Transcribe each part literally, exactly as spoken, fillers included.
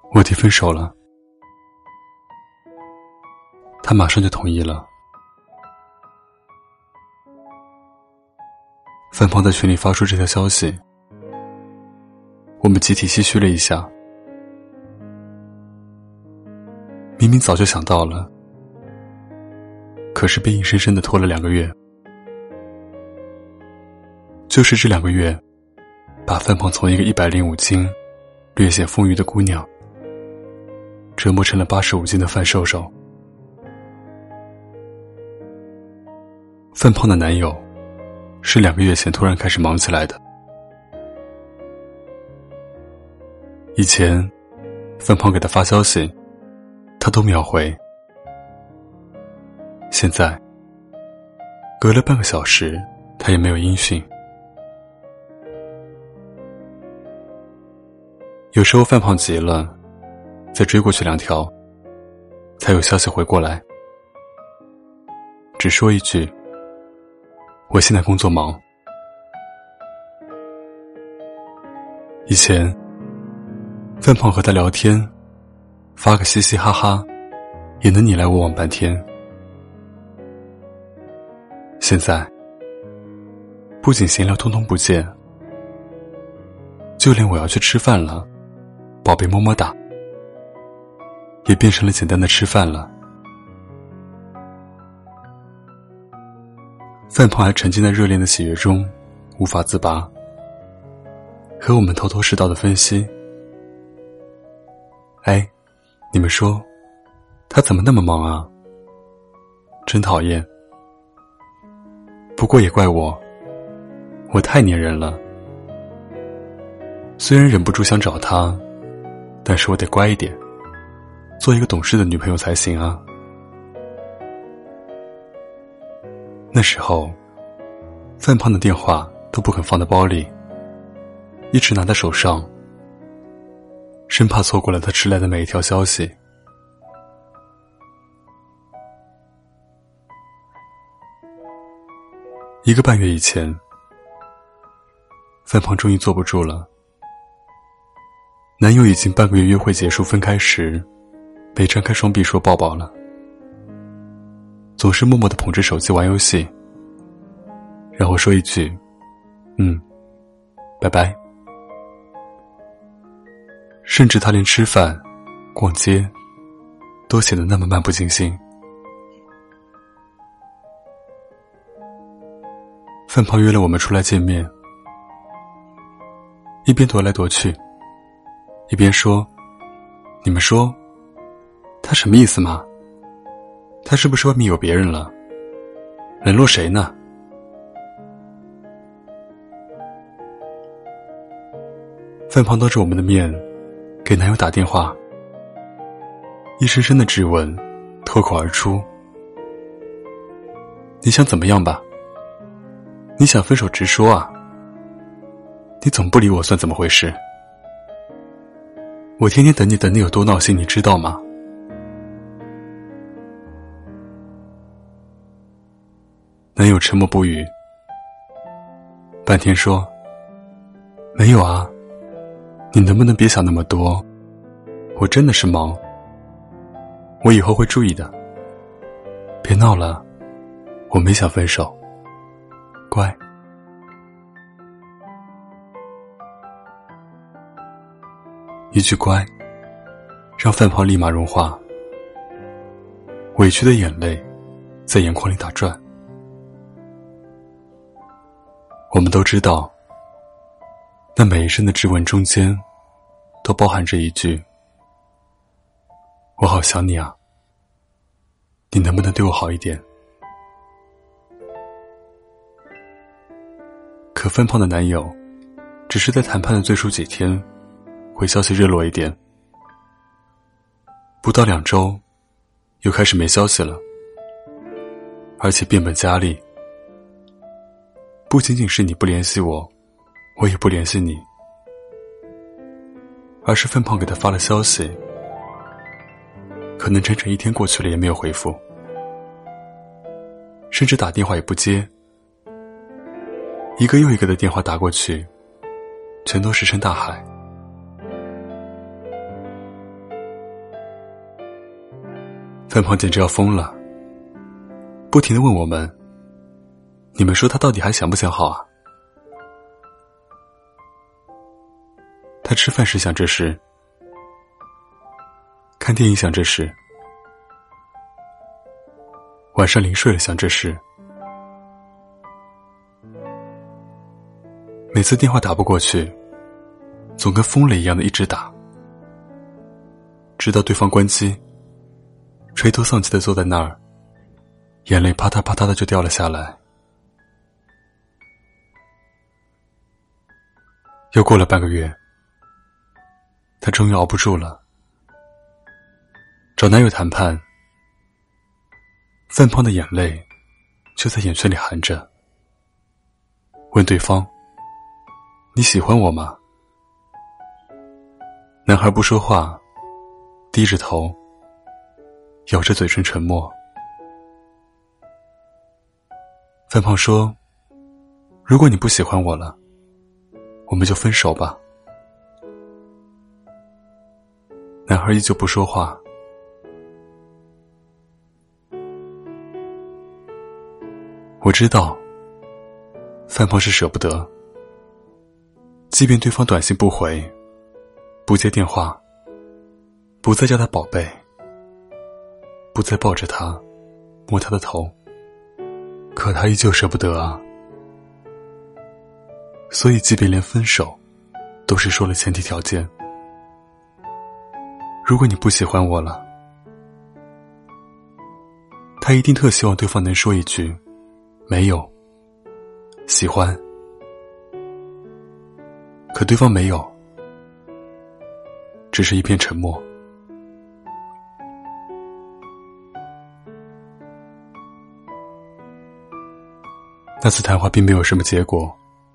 我提分手了，他马上就同意了。范胖在群里发出这条消息，我们集体唏嘘了一下。明明早就想到了，可是被硬生生地拖了两个月。就是这两个月，把范胖从一个一百零五斤略显丰腴的姑娘折磨成了八十五斤的范瘦瘦。范胖的男友是两个月前突然开始忙起来的。以前范胖给他发消息，他都秒回。现在隔了半个小时，他也没有音讯。有时候范胖急了，再追过去两条，才有消息回过来，只说一句：我现在工作忙。以前范胖和他聊天，发个嘻嘻哈哈也能你来我往半天。现在不仅闲聊通通不见，就连我要去吃饭了，宝贝么么哒也变成了简单的吃饭了。范胖还沉浸在热恋的喜悦中无法自拔，和我们头头是道的分析。哎，你们说他怎么那么忙啊？真讨厌。不过也怪我，我太粘人了。虽然忍不住想找他，但是我得乖一点，做一个懂事的女朋友才行啊。那时候范胖的电话都不肯放在包里，一直拿在手上，生怕错过了他迟来的每一条消息。一个半月以前，范胖终于坐不住了。男友已经半个月约会结束分开时，被张开双臂说抱抱了，总是默默地捧着手机玩游戏，然后说一句嗯拜拜。甚至他连吃饭逛街都显得那么漫不经心。范胖约了我们出来见面，一边踱来踱去，一边说：你们说他什么意思吗？他是不是外面有别人了？冷落谁呢？范胖当着我们的面给男友打电话，一声声的质问脱口而出：你想怎么样吧？你想分手直说啊，你总不理我算怎么回事？我天天等你等你有多闹心你知道吗？男友沉默不语，半天说：没有啊，你能不能别想那么多，我真的是忙，我以后会注意的。别闹了，我没想分手，乖。一句乖，让范胖立马融化，委屈的眼泪在眼眶里打转。我们都知道，那每一声的质问中间都包含着一句：我好想你啊，你能不能对我好一点？可范胖的男友只是在谈判的最初几天回消息热络一点，不到两周又开始没消息了，而且变本加厉。不仅仅是你不联系我，我也不联系你，而是范胖给他发了消息，可能整整一天过去了也没有回复，甚至打电话也不接，一个又一个的电话打过去，全都石沉大海。 范胖简直要疯了，不停地问我们，你们说他到底还想不想好啊？他吃饭时想这事，看电影想这事，晚上临睡了想这事。每次电话打不过去，总跟疯了一样的一直打，直到对方关机，垂头丧气地坐在那儿，眼泪啪嗒啪嗒的就掉了下来。又过了半个月，她终于熬不住了，找男友谈判，范胖的眼泪就在眼圈里含着，问对方，你喜欢我吗？男孩不说话，低着头，咬着嘴唇沉默。范胖说，如果你不喜欢我了，我们就分手吧。男孩依旧不说话。我知道范胖是舍不得，即便对方短信不回，不接电话，不再叫他宝贝，不再抱着他摸他的头，可他依旧舍不得啊。所以即便连分手都是说了前提条件，如果你不喜欢我了，他一定特希望对方能说一句没有，喜欢。可对方没有，只是一片沉默。那次谈话并没有什么结果，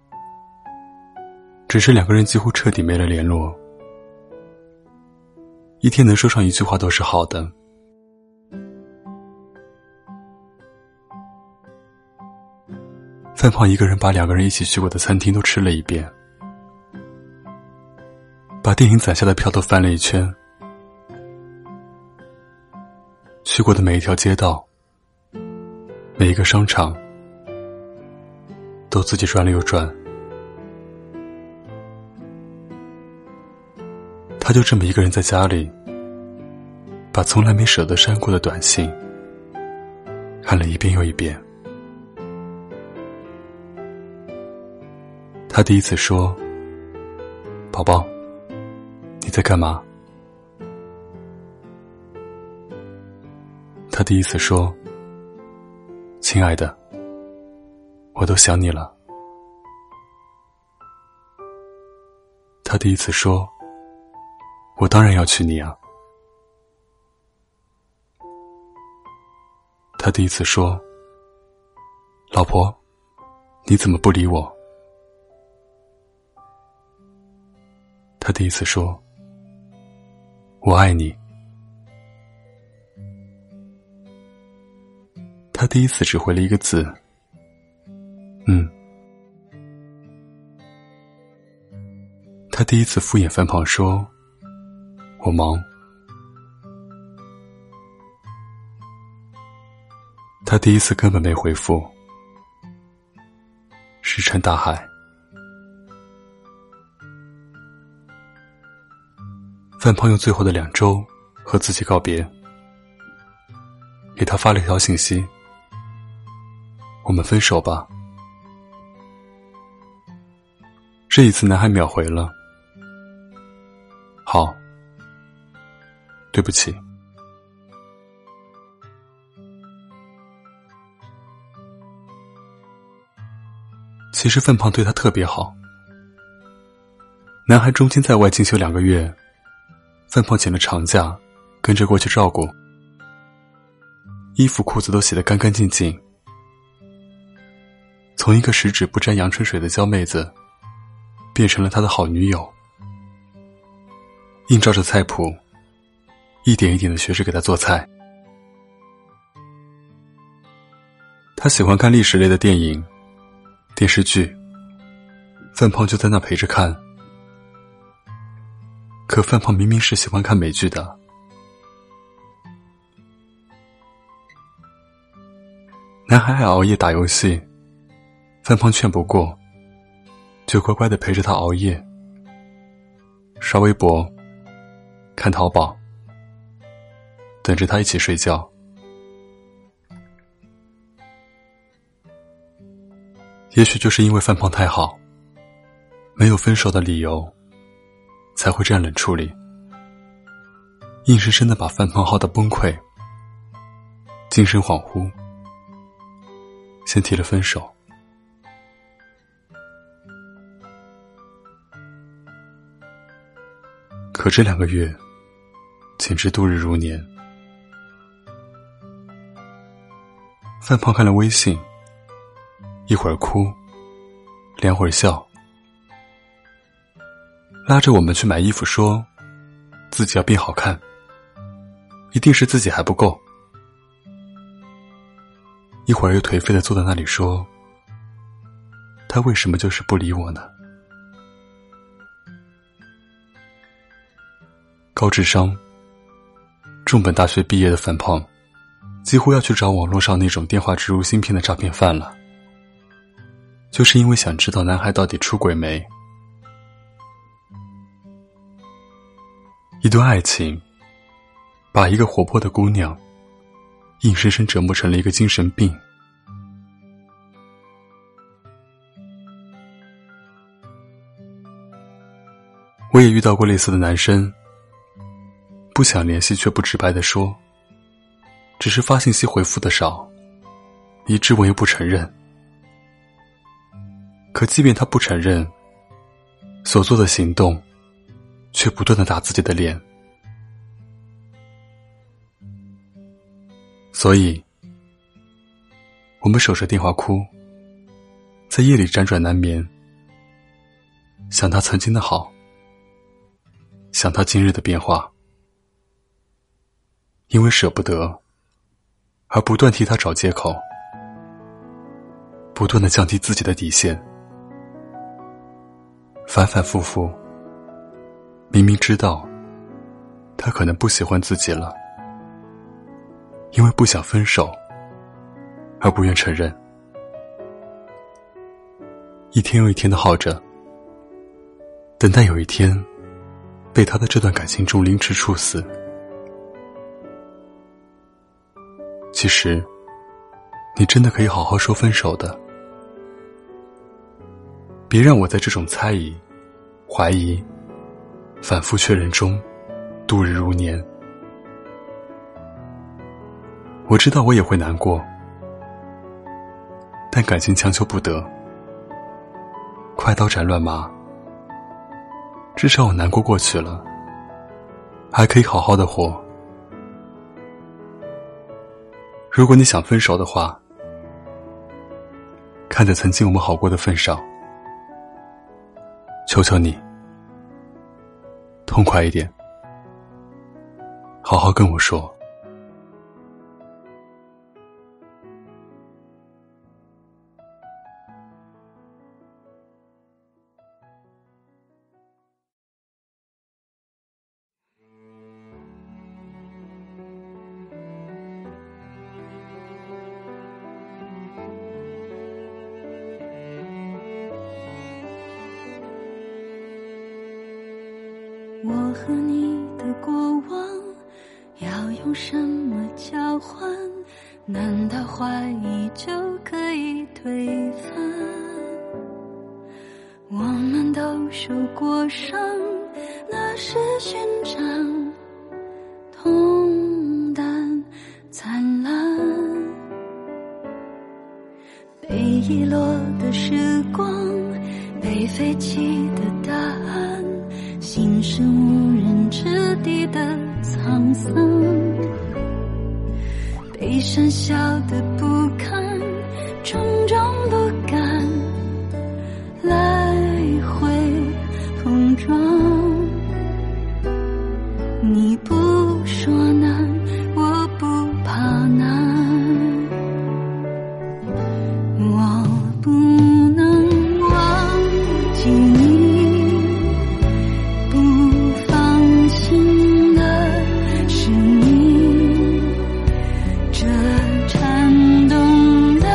只是两个人几乎彻底没了联络，一天能说上一句话都是好的。范胖一个人把两个人一起去过的餐厅都吃了一遍，把电影攒下的票都翻了一圈，去过的每一条街道，每一个商场，都自己转了又转。他就这么一个人在家里，把从来没舍得删过的短信看了一遍又一遍。他第一次说，宝宝，你在干嘛？他第一次说，亲爱的，我都想你了。他第一次说，我当然要娶你啊。他第一次说，老婆，你怎么不理我？他第一次说，我爱你。他第一次只回了一个字，嗯。他第一次敷衍范胖说，我忙。他第一次根本没回复，石沉大海。范胖用最后的两周和自己告别，给他发了一条信息，我们分手吧。这一次男孩秒回了，好，对不起。其实范胖对他特别好，男孩中间在外进修两个月，范胖请了长假，跟着过去照顾，衣服裤子都洗得干干净净。从一个十指不沾阳春水的娇妹子，变成了他的好女友，映照着菜谱，一点一点地学着给他做菜。他喜欢看历史类的电影、电视剧，范胖就在那陪着看。可范胖明明是喜欢看美剧的。 男孩爱熬夜打游戏，范胖劝不过，就乖乖地陪着他熬夜，刷微博，看淘宝，等着他一起睡觉。也许就是因为范胖太好，没有分手的理由，才会这样冷处理，硬生生地把范胖耗得崩溃，精神恍惚，先提了分手。可这两个月简直度日如年。范胖看了微信，一会儿哭，两会儿笑，拉着我们去买衣服，说自己要变好看，一定是自己还不够。一会儿又颓废地坐在那里说，他为什么就是不理我呢？高智商重本大学毕业的范胖，几乎要去找网络上那种电话植入芯片的诈骗犯了，就是因为想知道男孩到底出轨没。一段爱情把一个活泼的姑娘硬生生折磨成了一个精神病。我也遇到过类似的男生，不想联系却不直白地说，只是发信息回复的少，一质问又不承认。可即便他不承认，所做的行动却不断地打自己的脸。所以我们守着电话哭，在夜里辗转难眠，想他曾经的好，想他今日的变化，因为舍不得而不断替他找借口，不断地降低自己的底线，反反复复，明明知道他可能不喜欢自己了，因为不想分手而不愿承认，一天又一天地耗着，等待有一天被他的这段感情中凌迟处死。其实你真的可以好好说分手的，别让我在这种猜疑、怀疑、反复确认中度日如年。我知道我也会难过，但感情强求不得，快刀斩乱麻，至少我难过过去了，还可以好好的活。如果你想分手的话，看在曾经我们好过的份上，求求你痛快一点，好好跟我说。 我和你的过往要用什么交换？难道怀疑就可以推翻？我们都受过伤，那是勋章，痛淡灿烂。被遗落的时光，被废弃的答案，心是无人之地的沧桑，被删笑的不堪，种种不甘，来回碰撞。你不说难，我不怕难，我不能忘记你，不放心的是你，这颤动的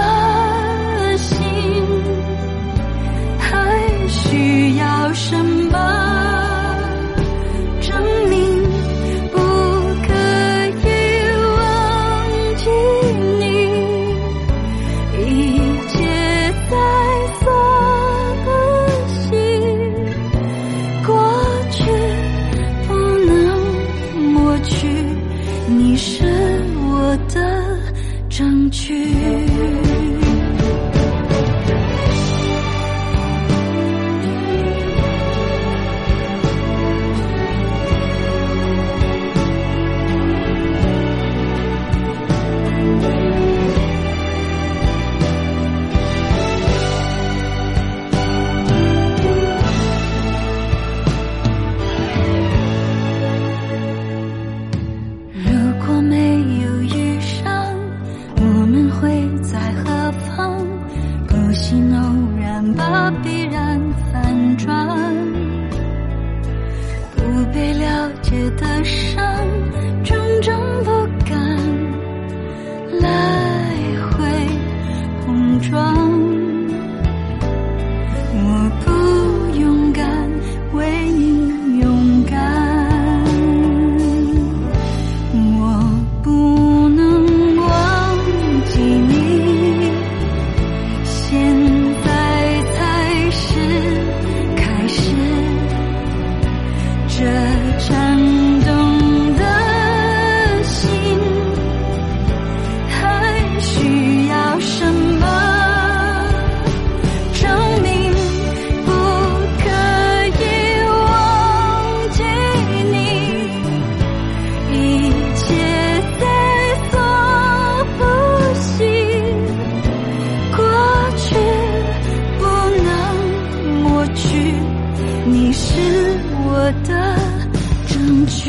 的证据。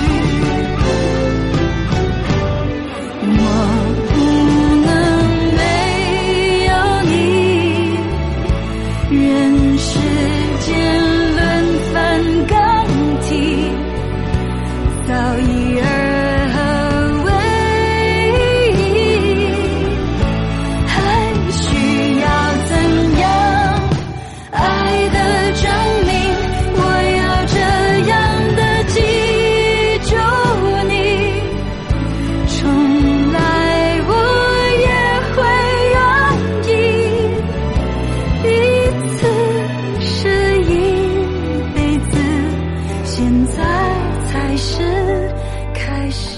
我不能没有你，任世间轮番更替，早已而何为？还需要怎样爱的证明？我要这样的记住你，重来我也会愿意。一次是一辈子，现在才是开始。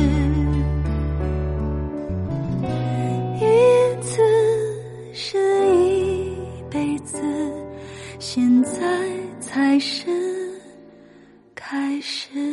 一次是一辈子，现在才是开始。